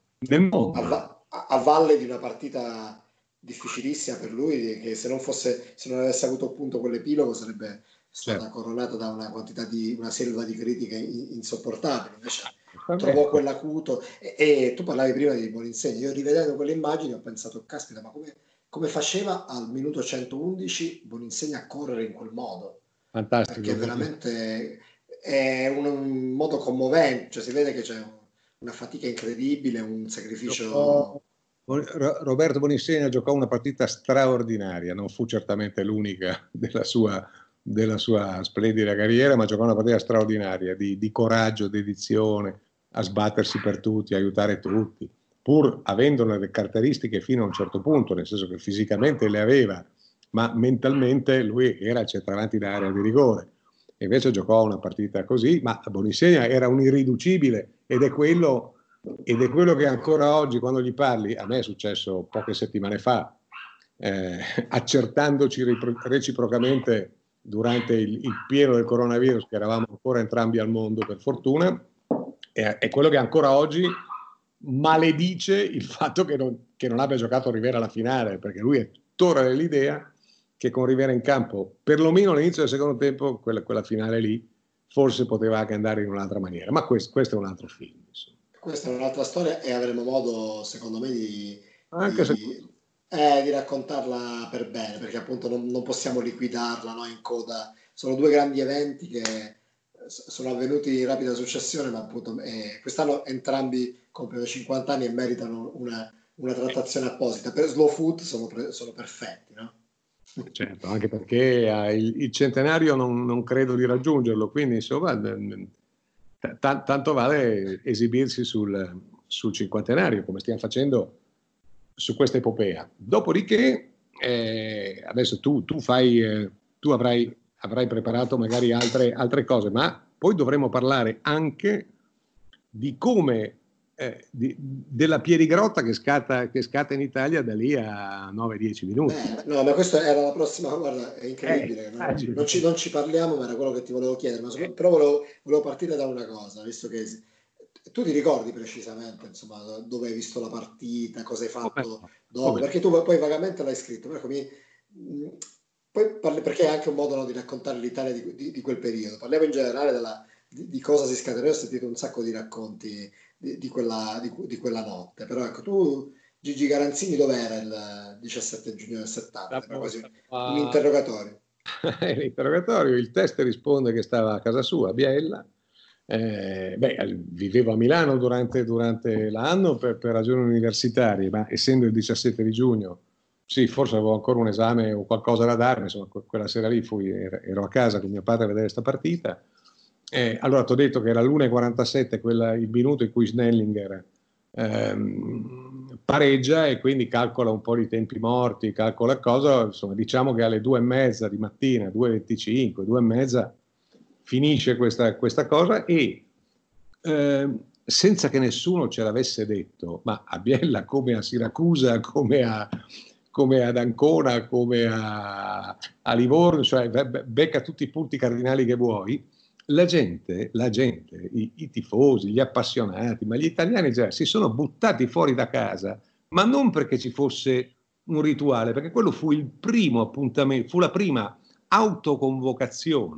a, a, a valle di una partita difficilissima per lui, che se non fosse, se non avesse avuto appunto quell'epilogo sarebbe stata certo. coronata da una quantità di una selva di critiche insopportabili. Invece trovò quell'acuto e, e tu parlavi prima di Boninsegna. Io rivedendo quelle immagini ho pensato: caspita, ma come, come faceva al minuto centoundici Boninsegna a correre in quel modo? Fantastico, perché veramente è un, un modo commovente, cioè si vede che c'è una fatica incredibile, un sacrificio. Roberto Boninsegna giocò una partita straordinaria, non fu certamente l'unica della sua, della sua splendida carriera, ma giocò una partita straordinaria di, di coraggio, dedizione, a sbattersi per tutti, a aiutare tutti, pur avendo le caratteristiche fino a un certo punto, nel senso che fisicamente le aveva, ma mentalmente lui era il centravanti d'area di rigore. E invece giocò una partita così, ma Boninsegna era un irriducibile ed è quello... ed è quello che ancora oggi, quando gli parli, a me è successo poche settimane fa, eh, accertandoci reciprocamente durante il, il pieno del coronavirus, che eravamo ancora entrambi al mondo per fortuna, è, è quello che ancora oggi maledice il fatto che non, che non abbia giocato Rivera alla finale, perché lui è tuttora dell'idea che con Rivera in campo, perlomeno all'inizio del secondo tempo, quella, quella finale lì, forse poteva anche andare in un'altra maniera, ma questo, questo è un altro film, insomma. Questa è un'altra storia e avremo modo, secondo me, di, Anche di, se... eh, di raccontarla per bene, perché appunto non, non possiamo liquidarla, no, in coda. Sono due grandi eventi che sono avvenuti in rapida successione, ma appunto eh, quest'anno entrambi compiono cinquanta anni e meritano una, una trattazione apposita. Per Slow Food sono, sono perfetti, no? Certo, anche perché eh, il, il centenario non, non credo di raggiungerlo, quindi insomma... T- tanto vale esibirsi sul, sul cinquantenario, come stiamo facendo su questa epopea. Dopodiché, eh, adesso tu, tu, fai, eh, tu avrai, avrai preparato magari altre, altre cose, ma poi dovremo parlare anche di come eh, di, della Pierigrotta che scatta, che scatta in Italia da lì a nove dieci minuti. Beh, no, ma questa era la prossima, guarda, è incredibile, Eh, non, non ci, non ci parliamo, ma era quello che ti volevo chiedere, ma sopra- però volevo, volevo partire da una cosa, visto che tu ti ricordi precisamente, insomma, dove hai visto la partita, cosa hai fatto dopo, perché tu poi vagamente l'hai scritto, però mi, mh, poi parli, perché è anche un modo, no, di raccontare l'Italia di, di- di quel periodo. Parliamo in generale della- di, di cosa si scatenò. Ho sentito un sacco di racconti di, di quella, di, di quella notte, però ecco, tu Gigi Garanzini dov'era il diciassette giugno del settanta? Era quasi un, un interrogatorio. L'interrogatorio, il test risponde che stava a casa sua, a Biella. Eh, beh, vivevo a Milano durante, durante l'anno per, per ragioni universitarie, ma essendo il diciassette di giugno, sì, forse avevo ancora un esame o qualcosa da darmi, insomma, quella sera lì fui, ero a casa con mio padre a vedere questa partita. Eh, allora ti ho detto che era l'una e quarantasette, quella, il minuto in cui Snellinger ehm, pareggia, e quindi calcola un po' di tempi morti, calcola cosa, insomma, diciamo che alle due e mezza di mattina, due e venticinque, due e mezza, finisce questa, questa cosa, e eh, senza che nessuno ce l'avesse detto, ma a Biella come a Siracusa, come, a, come ad Ancona, come a, a Livorno, cioè becca tutti i punti cardinali che vuoi, la gente, la gente i, i tifosi, gli appassionati, ma gli italiani già si sono buttati fuori da casa, ma non perché ci fosse un rituale, perché quello fu il primo appuntamento, fu la prima autoconvocazione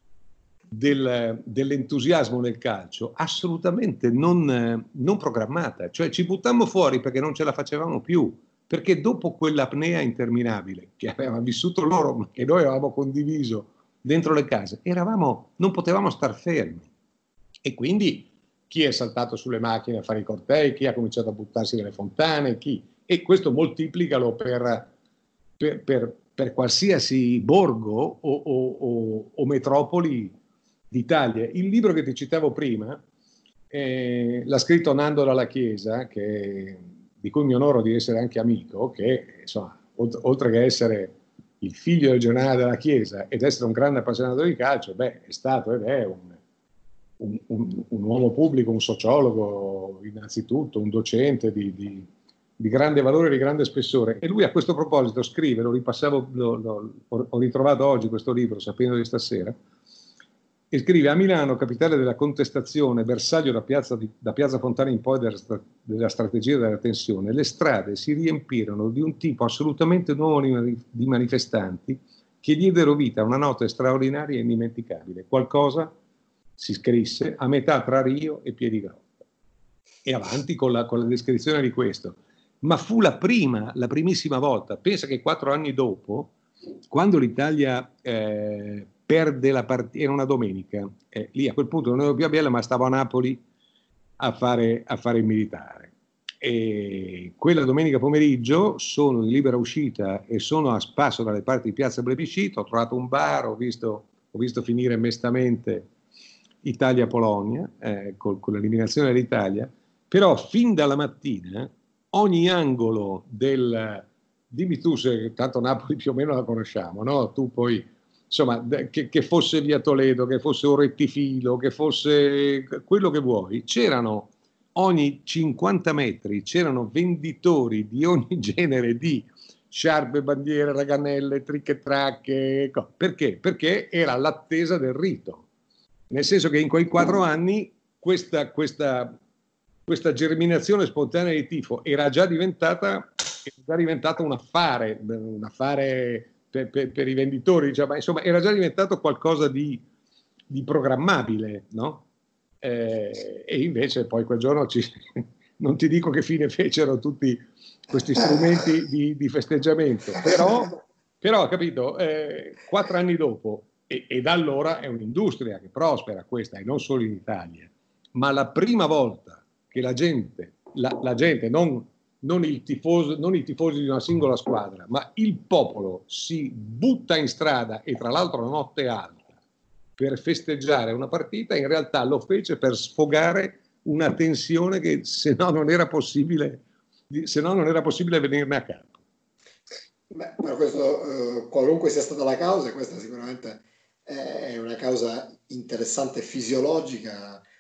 del, dell'entusiasmo nel calcio, assolutamente non, non programmata, cioè ci buttammo fuori perché non ce la facevamo più, perché dopo quell'apnea interminabile che avevano vissuto loro, ma che noi avevamo condiviso dentro le case, eravamo, non potevamo star fermi, e quindi chi è saltato sulle macchine a fare i cortei, chi ha cominciato a buttarsi nelle fontane, chi, e questo moltiplicalo per, per, per, per qualsiasi borgo o, o, o, o metropoli d'Italia. Il libro che ti citavo prima eh, l'ha scritto Nando Dalla Chiesa, che, di cui mi onoro di essere anche amico, che insomma, oltre che essere il figlio del generale della Chiesa ed essere un grande appassionato di calcio, beh, è stato ed è un, un, un, un uomo pubblico, un sociologo innanzitutto, un docente di, di, di grande valore e di grande spessore. E lui a questo proposito scrive, lo ripassavo, lo, lo, ho ritrovato oggi questo libro, sapendo di stasera, e scrive: a Milano, capitale della contestazione, bersaglio da piazza, di, da piazza Fontana in poi della, della strategia della tensione, le strade si riempirono di un tipo assolutamente nuovo di manifestanti che diedero vita a una notte straordinaria e indimenticabile. Qualcosa, si scrisse, a metà tra Rio e Piedigrotta. E avanti con la, con la descrizione di questo. Ma fu la prima, la primissima volta. Pensa che quattro anni dopo, quando l'Italia eh, perde la partita, era una domenica, eh, lì a quel punto non ero più a Biella, ma stavo a Napoli a fare, a fare il militare. E quella domenica pomeriggio sono in libera uscita e sono a spasso dalle parti di Piazza Plebiscito, ho trovato un bar, ho visto, ho visto finire mestamente Italia-Polonia, eh, con, con l'eliminazione dell'Italia, però fin dalla mattina ogni angolo del... Dimmi tu se tanto Napoli più o meno la conosciamo, no? Tu poi, insomma, che, che fosse via Toledo, che fosse un rettifilo, che fosse quello che vuoi, c'erano ogni cinquanta metri, c'erano venditori di ogni genere di sciarpe, bandiere, raganelle, trick e track. Perché? Perché era l'attesa del rito. Nel senso che in quei quattro anni questa, questa, questa germinazione spontanea di tifo era già diventata, era già diventata un affare, un affare per, per, per i venditori, diciamo, insomma, era già diventato qualcosa di, di programmabile, no? Eh, e invece poi quel giorno ci, non ti dico che fine fecero tutti questi strumenti di, di festeggiamento, però, però capito, eh, quattro anni dopo, e, e da allora è un'industria che prospera questa, e non solo in Italia, ma la prima volta che la gente, la, la gente non, non, il tifoso, non i tifosi di una singola squadra, ma il popolo si butta in strada, e tra l'altro la notte alta, per festeggiare una partita, in realtà lo fece per sfogare una tensione che se no non era possibile, se no non era possibile venirne a capo. Beh, per questo, eh, qualunque sia stata la causa, questa sicuramente è una causa interessante, fisiologica,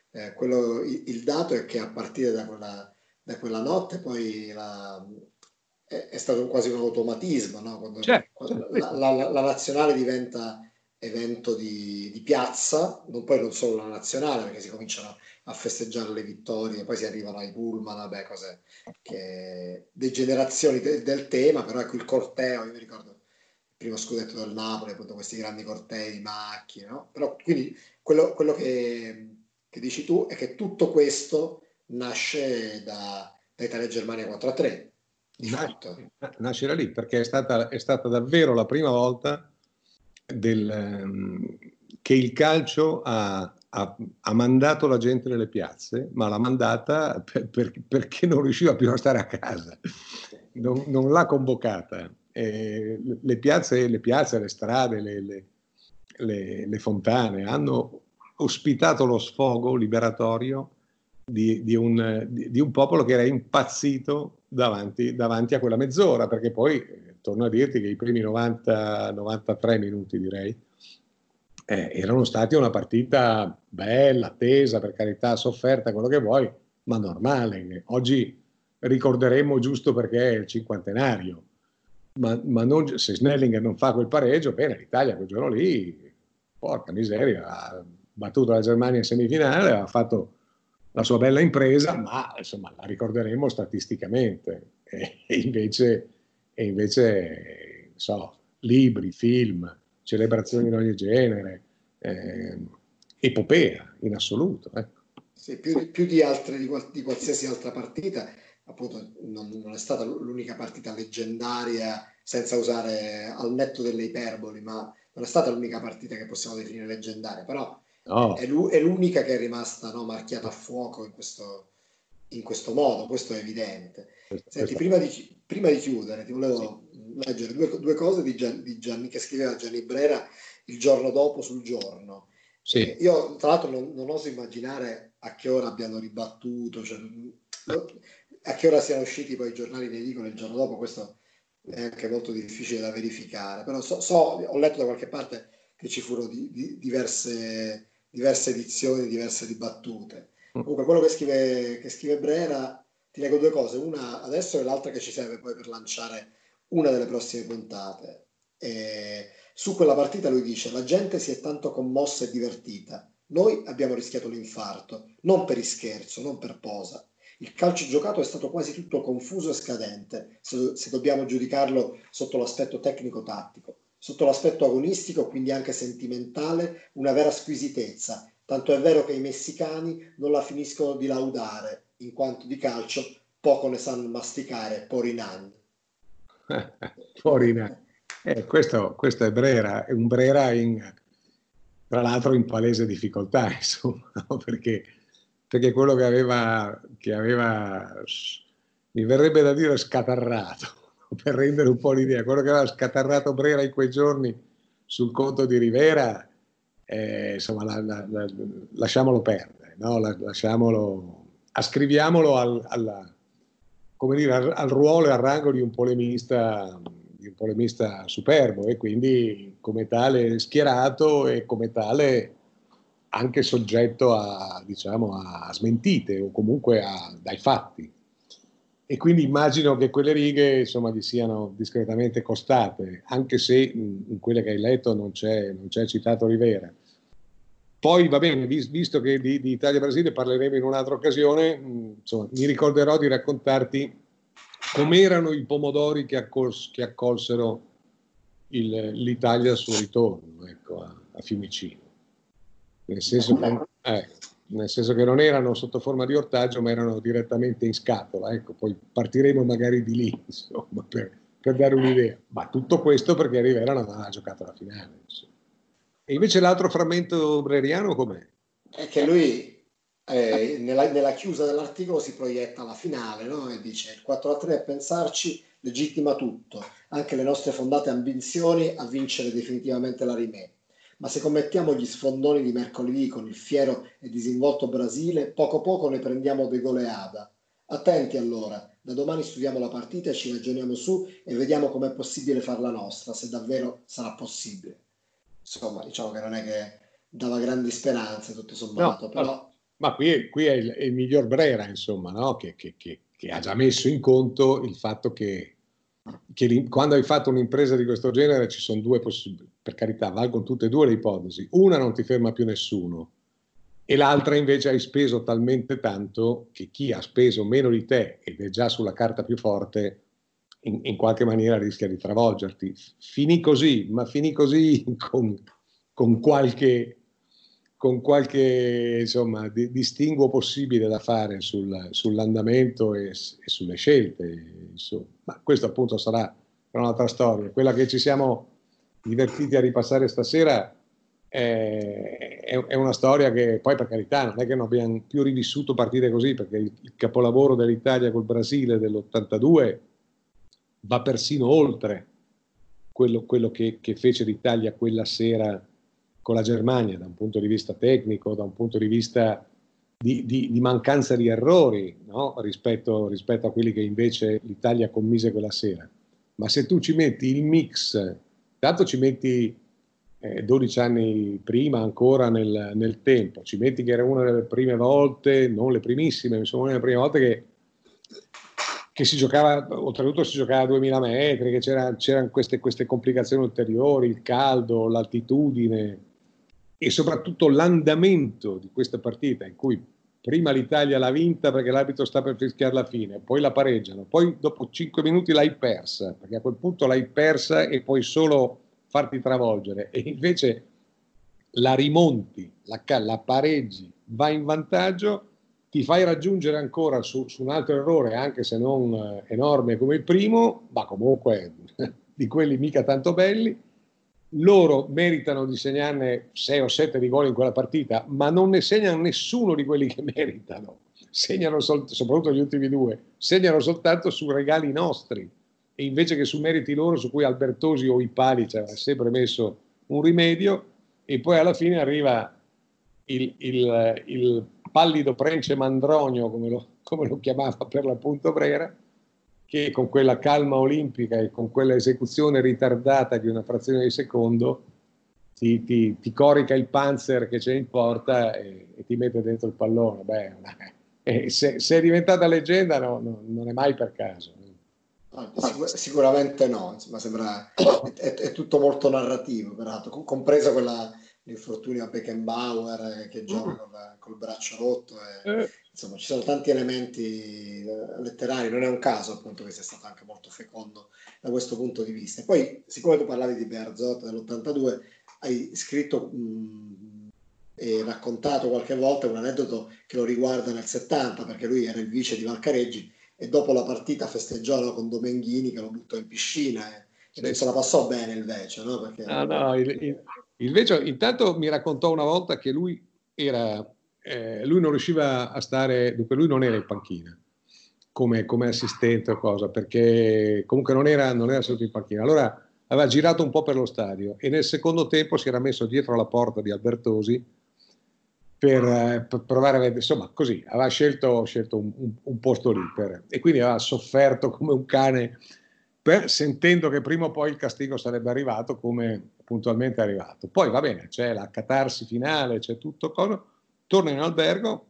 eh, quello, il, il dato è che a partire da quella, da quella notte poi la, è, è stato quasi un automatismo, no? Quando, Certo, quando certo. la, la, la nazionale diventa evento di, di piazza, non, poi non solo la nazionale, perché si cominciano a festeggiare le vittorie, poi si arrivano ai pullman, vabbè, cose che degenerazioni de, del tema, però ecco il corteo, io mi ricordo il primo scudetto del Napoli, appunto questi grandi cortei di macchine, no? Però quindi quello, quello che, che dici tu è che tutto questo nasce da, da Italia-Germania quattro a tre, di fatto. Nasce, nasce da lì, perché è stata, è stata davvero la prima volta del, ehm, che il calcio ha, ha, ha mandato la gente nelle piazze, ma l'ha mandata per, per, perché non riusciva più a stare a casa, non, non l'ha convocata. Eh, le piazze, le piazze, le strade, le, le, le, le fontane hanno ospitato lo sfogo liberatorio di, di, un, di, di un popolo che era impazzito davanti, davanti a quella mezz'ora, perché poi, eh, torno a dirti che i primi novanta novantatré minuti, direi, eh, erano stati una partita bella, tesa, per carità, sofferta, quello che vuoi, ma normale. Oggi ricorderemo giusto perché è il cinquantenario, ma, ma non, se Snellinger non fa quel pareggio, bene, l'Italia quel giorno lì, porca miseria, ha battuto la Germania in semifinale, ha fatto la sua bella impresa, ma insomma la ricorderemo statisticamente. E, e invece, e invece so, libri, film, celebrazioni di ogni genere, eh, epopea in assoluto. Ecco. Sì, più, più di altre, di, di qualsiasi altra partita, appunto non, non è stata l'unica partita leggendaria, senza usare al netto delle iperboli, ma non è stata l'unica partita che possiamo definire leggendaria, però No. è, è l'unica che è rimasta, no, marchiata a fuoco in questo, in questo modo, questo è evidente. Questo, Senti, questo. Prima, di, prima di chiudere, ti volevo sì. leggere due, due cose di, Gian, di Gianni, che scriveva Gianni Brera il giorno dopo sul giorno. Sì. Eh, io tra l'altro non, non oso immaginare a che ora abbiano ribattuto, cioè, a che ora siano usciti poi i giornali in edicola il giorno dopo, questo è anche molto difficile da verificare, però so, so ho letto da qualche parte che ci furono di, di, diverse, diverse edizioni, diverse ribattute. Comunque quello che scrive, che scrive Brera, ti leggo due cose, una adesso e l'altra che ci serve poi per lanciare una delle prossime puntate. E su quella partita lui dice: la gente si è tanto commossa e divertita, noi abbiamo rischiato l'infarto, non per ischerzo, non per posa. Il calcio giocato è stato quasi tutto confuso e scadente, se, se dobbiamo giudicarlo sotto l'aspetto tecnico-tattico. Sotto l'aspetto agonistico, quindi anche sentimentale, una vera squisitezza, tanto è vero che i messicani non la finiscono di laudare, in quanto di calcio poco ne sanno masticare Porinan. Porinan. Eh, questo, questo è Brera, è un Brera in, tra l'altro in palese difficoltà, insomma, no? perché, perché quello che aveva, che aveva, mi verrebbe da dire scatarrato, per rendere un po' l'idea, quello che aveva scatarrato Brera in quei giorni sul conto di Rivera, eh, insomma, la, la, la, lasciamolo perdere, no? la, lasciamolo, ascriviamolo al, alla, come dire, al, al ruolo e al rango di un polemista di un polemista superbo e quindi come tale schierato e come tale anche soggetto a, diciamo, a smentite o comunque a, dai fatti. E quindi immagino che quelle righe insomma gli siano discretamente costate, anche se in, in quelle che hai letto non c'è, non c'è citato Rivera. Poi va bene, visto che di, di Italia-Brasile parleremo in un'altra occasione, insomma, mi ricorderò di raccontarti com'erano i pomodori che, accors- che accolsero il, l'Italia al suo ritorno, ecco, a, a Fiumicino. Nel senso, che, eh, nel senso che non erano sotto forma di ortaggio, ma erano direttamente in scatola. Ecco, poi partiremo magari di lì, insomma, per, per dare un'idea. Ma tutto questo perché Rivera non aveva giocato la finale. Insomma. E invece l'altro frammento breriano com'è? È che lui eh, nella, nella chiusa dell'articolo si proietta la finale, no? E dice: il quattro a tre a pensarci legittima tutto, anche le nostre fondate ambizioni a vincere definitivamente la Rimè. Ma se commettiamo gli sfondoni di mercoledì con il fiero e disinvolto Brasile, poco poco ne prendiamo de goleada. Attenti allora, da domani studiamo la partita e ci ragioniamo su e vediamo com'è possibile farla nostra, se davvero sarà possibile. Insomma, diciamo che non è che dava grandi speranze tutto sommato, no, però Ma qui, è, qui è, il, è il miglior Brera, insomma, no? che, che, che, che ha già messo in conto il fatto che, che quando hai fatto un'impresa di questo genere ci sono due possibilità, per carità, valgono tutte e due le ipotesi. Una, non ti ferma più nessuno, e l'altra invece hai speso talmente tanto che chi ha speso meno di te ed è già sulla carta più forte in, in qualche maniera rischia di travolgerti. Finì così, ma finì così con, con qualche... con qualche insomma, di, distinguo possibile da fare sul, sull'andamento e, e sulle scelte. Insomma. Ma questo appunto sarà un'altra storia. Quella che ci siamo divertiti a ripassare stasera è, è, è una storia che poi, per carità, non è che non abbiamo più rivissuto partite così, perché il, il capolavoro dell'Italia col Brasile dell'ottantadue va persino oltre quello, quello che, che fece l'Italia quella sera con la Germania, da un punto di vista tecnico, da un punto di vista di, di, di mancanza di errori, no? rispetto, rispetto a quelli che invece l'Italia commise quella sera. Ma se tu ci metti il mix, tanto ci metti eh, dodici anni prima ancora nel, nel tempo, ci metti che era una delle prime volte, non le primissime, insomma una delle prime volte che, che si giocava, oltretutto si giocava a duemila metri, che c'era, c'erano queste, queste complicazioni ulteriori, il caldo, l'altitudine, e soprattutto l'andamento di questa partita, in cui prima l'Italia l'ha vinta perché l'arbitro sta per fischiare la fine, poi la pareggiano, poi dopo cinque minuti l'hai persa, perché a quel punto l'hai persa e puoi solo farti travolgere, e invece la rimonti, la, la pareggi, vai in vantaggio, ti fai raggiungere ancora su, su un altro errore, anche se non eh, enorme come il primo, ma comunque di quelli mica tanto belli. Loro meritano di segnarne sei o sette di gol in quella partita, ma non ne segnano nessuno di quelli che meritano. Segnano sol- soprattutto gli ultimi due, segnano soltanto su regali nostri, e invece che su meriti loro, su cui Albertosi o i pali ci aveva sempre messo un rimedio, e poi alla fine arriva il, il, il pallido Prence Mandronio, come lo, come lo chiamava per l'appunto Brera, che con quella calma olimpica e con quella esecuzione ritardata di una frazione di secondo ti, ti, ti corica il panzer che c'è in porta e, e ti mette dentro il pallone. Beh, eh, se, se è diventata leggenda no, no, non è mai per caso. Ah, sicur- sicuramente no, insomma, sembra è, è, è tutto molto narrativo, peraltro, com- compresa quella l'infortunio a Beckenbauer eh, che gioca col, col braccio rotto e, Eh. insomma ci sono tanti elementi eh, letterari, non è un caso appunto che sia stato anche molto fecondo da questo punto di vista. E poi, siccome tu parlavi di Bearzot dell'ottantadue, hai scritto mh, e raccontato qualche volta un aneddoto che lo riguarda nel settanta, perché lui era il vice di Valcareggi e dopo la partita festeggiò no, con Domenghini che lo buttò in piscina e, sì. E non se la passò bene il Vecchio, no? Perché... no, no, il, il, il Vecchio intanto mi raccontò una volta che lui era eh, lui non riusciva a stare, dunque lui non era in panchina come, come assistente o cosa, perché comunque non era, non era seduto in panchina, allora aveva girato un po' per lo stadio e nel secondo tempo si era messo dietro la porta di Albertosi per, eh, per provare a vedere, insomma così, aveva scelto, scelto un, un, un posto lì per, e quindi aveva sofferto come un cane per, sentendo che prima o poi il castigo sarebbe arrivato, come puntualmente è arrivato. Poi va bene, c'è la catarsi finale, c'è tutto cosa, torna in albergo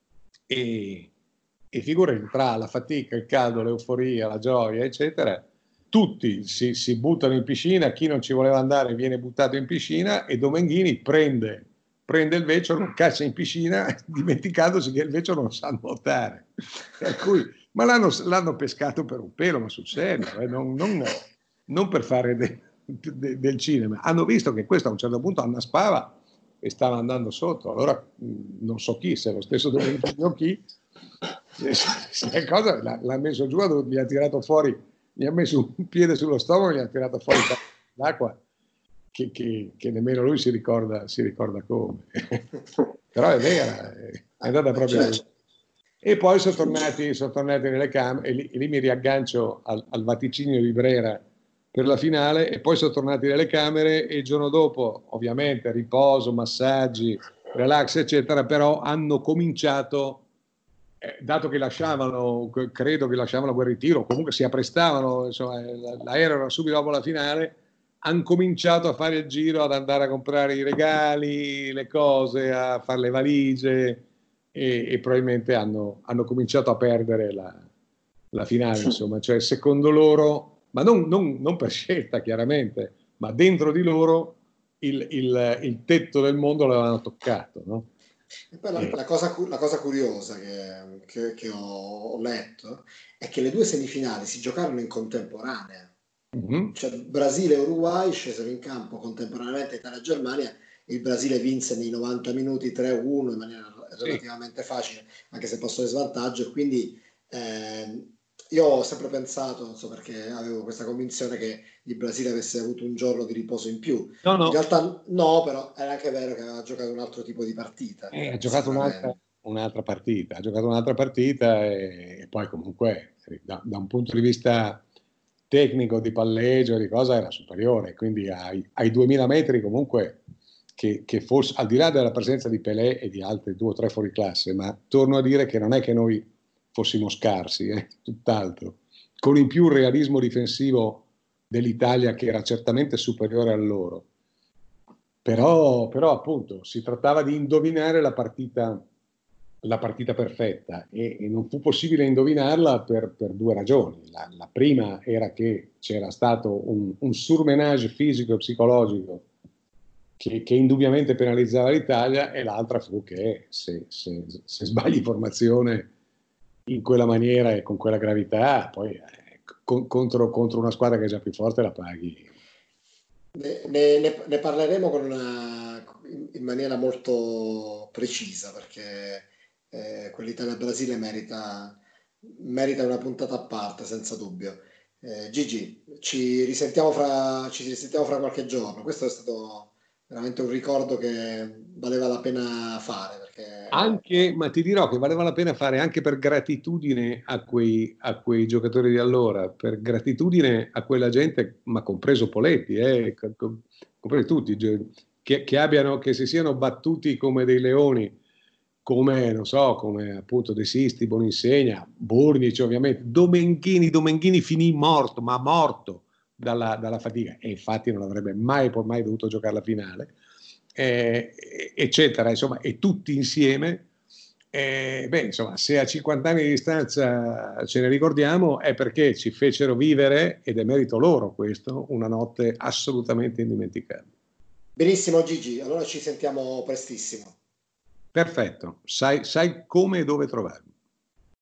e, e figurati, tra la fatica, il caldo, l'euforia, la gioia eccetera, tutti si, si buttano in piscina, chi non ci voleva andare viene buttato in piscina e Domenghini prende prende il Vecchio, lo caccia in piscina dimenticandosi che il Vecchio non sa nuotare, per cui, ma l'hanno, l'hanno pescato per un pelo, ma sul serio, eh, non, non, non per fare de, de, del cinema. Hanno visto che questo a un certo punto annaspava e stava andando sotto, allora non so chi, se è lo stesso Domenghini o chi, se, se cosa, l'ha, l'ha messo giù, gli ha tirato fuori, gli ha messo un piede sullo stomaco e gli ha tirato fuori l'acqua. Che, che, che nemmeno lui si ricorda, si ricorda come. Però è vera, è andata proprio così. E poi sono tornati, sono tornati nelle camere e lì, e lì mi riaggancio al, al vaticinio di Brera per la finale e poi sono tornati nelle camere e il giorno dopo, ovviamente, riposo, massaggi, relax, eccetera, però hanno cominciato, eh, dato che lasciavano, credo che lasciavano quel ritiro, comunque si apprestavano, insomma, l'aereo era subito dopo la finale, hanno cominciato a fare il giro, ad andare a comprare i regali, le cose, a fare le valigie e, e probabilmente hanno, hanno cominciato a perdere la, la finale, insomma, cioè secondo loro, ma non, non, non per scelta chiaramente, ma dentro di loro il, il, il tetto del mondo l'avevano toccato, no? E poi la, la, cosa, la cosa curiosa che, che, che ho, ho letto è che le due semifinali si giocarono in contemporanea. Mm-hmm. Cioè Brasile e Uruguay scesero in campo contemporaneamente Italia e Germania. Il Brasile vinse nei novanta minuti tre a uno in maniera relativamente sì. facile, anche se posto in svantaggio. Quindi eh, io ho sempre pensato, non so perché avevo questa convinzione che il Brasile avesse avuto un giorno di riposo in più. No, no. In realtà no, però era anche vero che aveva giocato un altro tipo di partita. Eh, ha giocato un'altra, un'altra partita, ha giocato un'altra partita e, e poi comunque da, da un punto di vista tecnico, di palleggio, di cosa era superiore, quindi ai, ai duemila metri comunque che, che fosse, al di là della presenza di Pelé e di altri due o tre fuori classe, ma torno a dire che non è che noi fossimo scarsi, eh, tutt'altro, con in più un realismo difensivo dell'Italia che era certamente superiore a loro, però, però appunto si trattava di indovinare la partita, la partita perfetta e, e non fu possibile indovinarla per, per due ragioni. La, la prima era che c'era stato un, un surmenage fisico e psicologico che, che indubbiamente penalizzava l'Italia, e l'altra fu che se, se, se sbagli formazione in quella maniera e con quella gravità, poi eh, con, contro, contro una squadra che è già più forte la paghi. Ne, ne, ne parleremo con una, in maniera molto precisa, perché eh, quell'Italia-Brasile merita, merita una puntata a parte, senza dubbio. Eh, Gigi, ci risentiamo, fra, ci risentiamo fra qualche giorno. Questo è stato veramente un ricordo che valeva la pena fare. Perché... Anche, ma ti dirò che valeva la pena fare anche per gratitudine a quei, a quei giocatori di allora, per gratitudine a quella gente, ma compreso Poletti, eh, compreso tutti, che, che abbiano, che si siano battuti come dei leoni, come, non so, come appunto De Sisti, Boninsegna, Burnic ovviamente, Domenghini, Domenghini finì morto, ma morto dalla, dalla fatica, e infatti non avrebbe mai, mai dovuto giocare la finale. Eh, eccetera, insomma, e tutti insieme, eh, beh, insomma, se a cinquanta anni di distanza ce ne ricordiamo è perché ci fecero vivere, ed è merito loro questo, una notte assolutamente indimenticabile. Benissimo Gigi, allora ci sentiamo prestissimo. Perfetto, sai, sai come e dove trovarmi.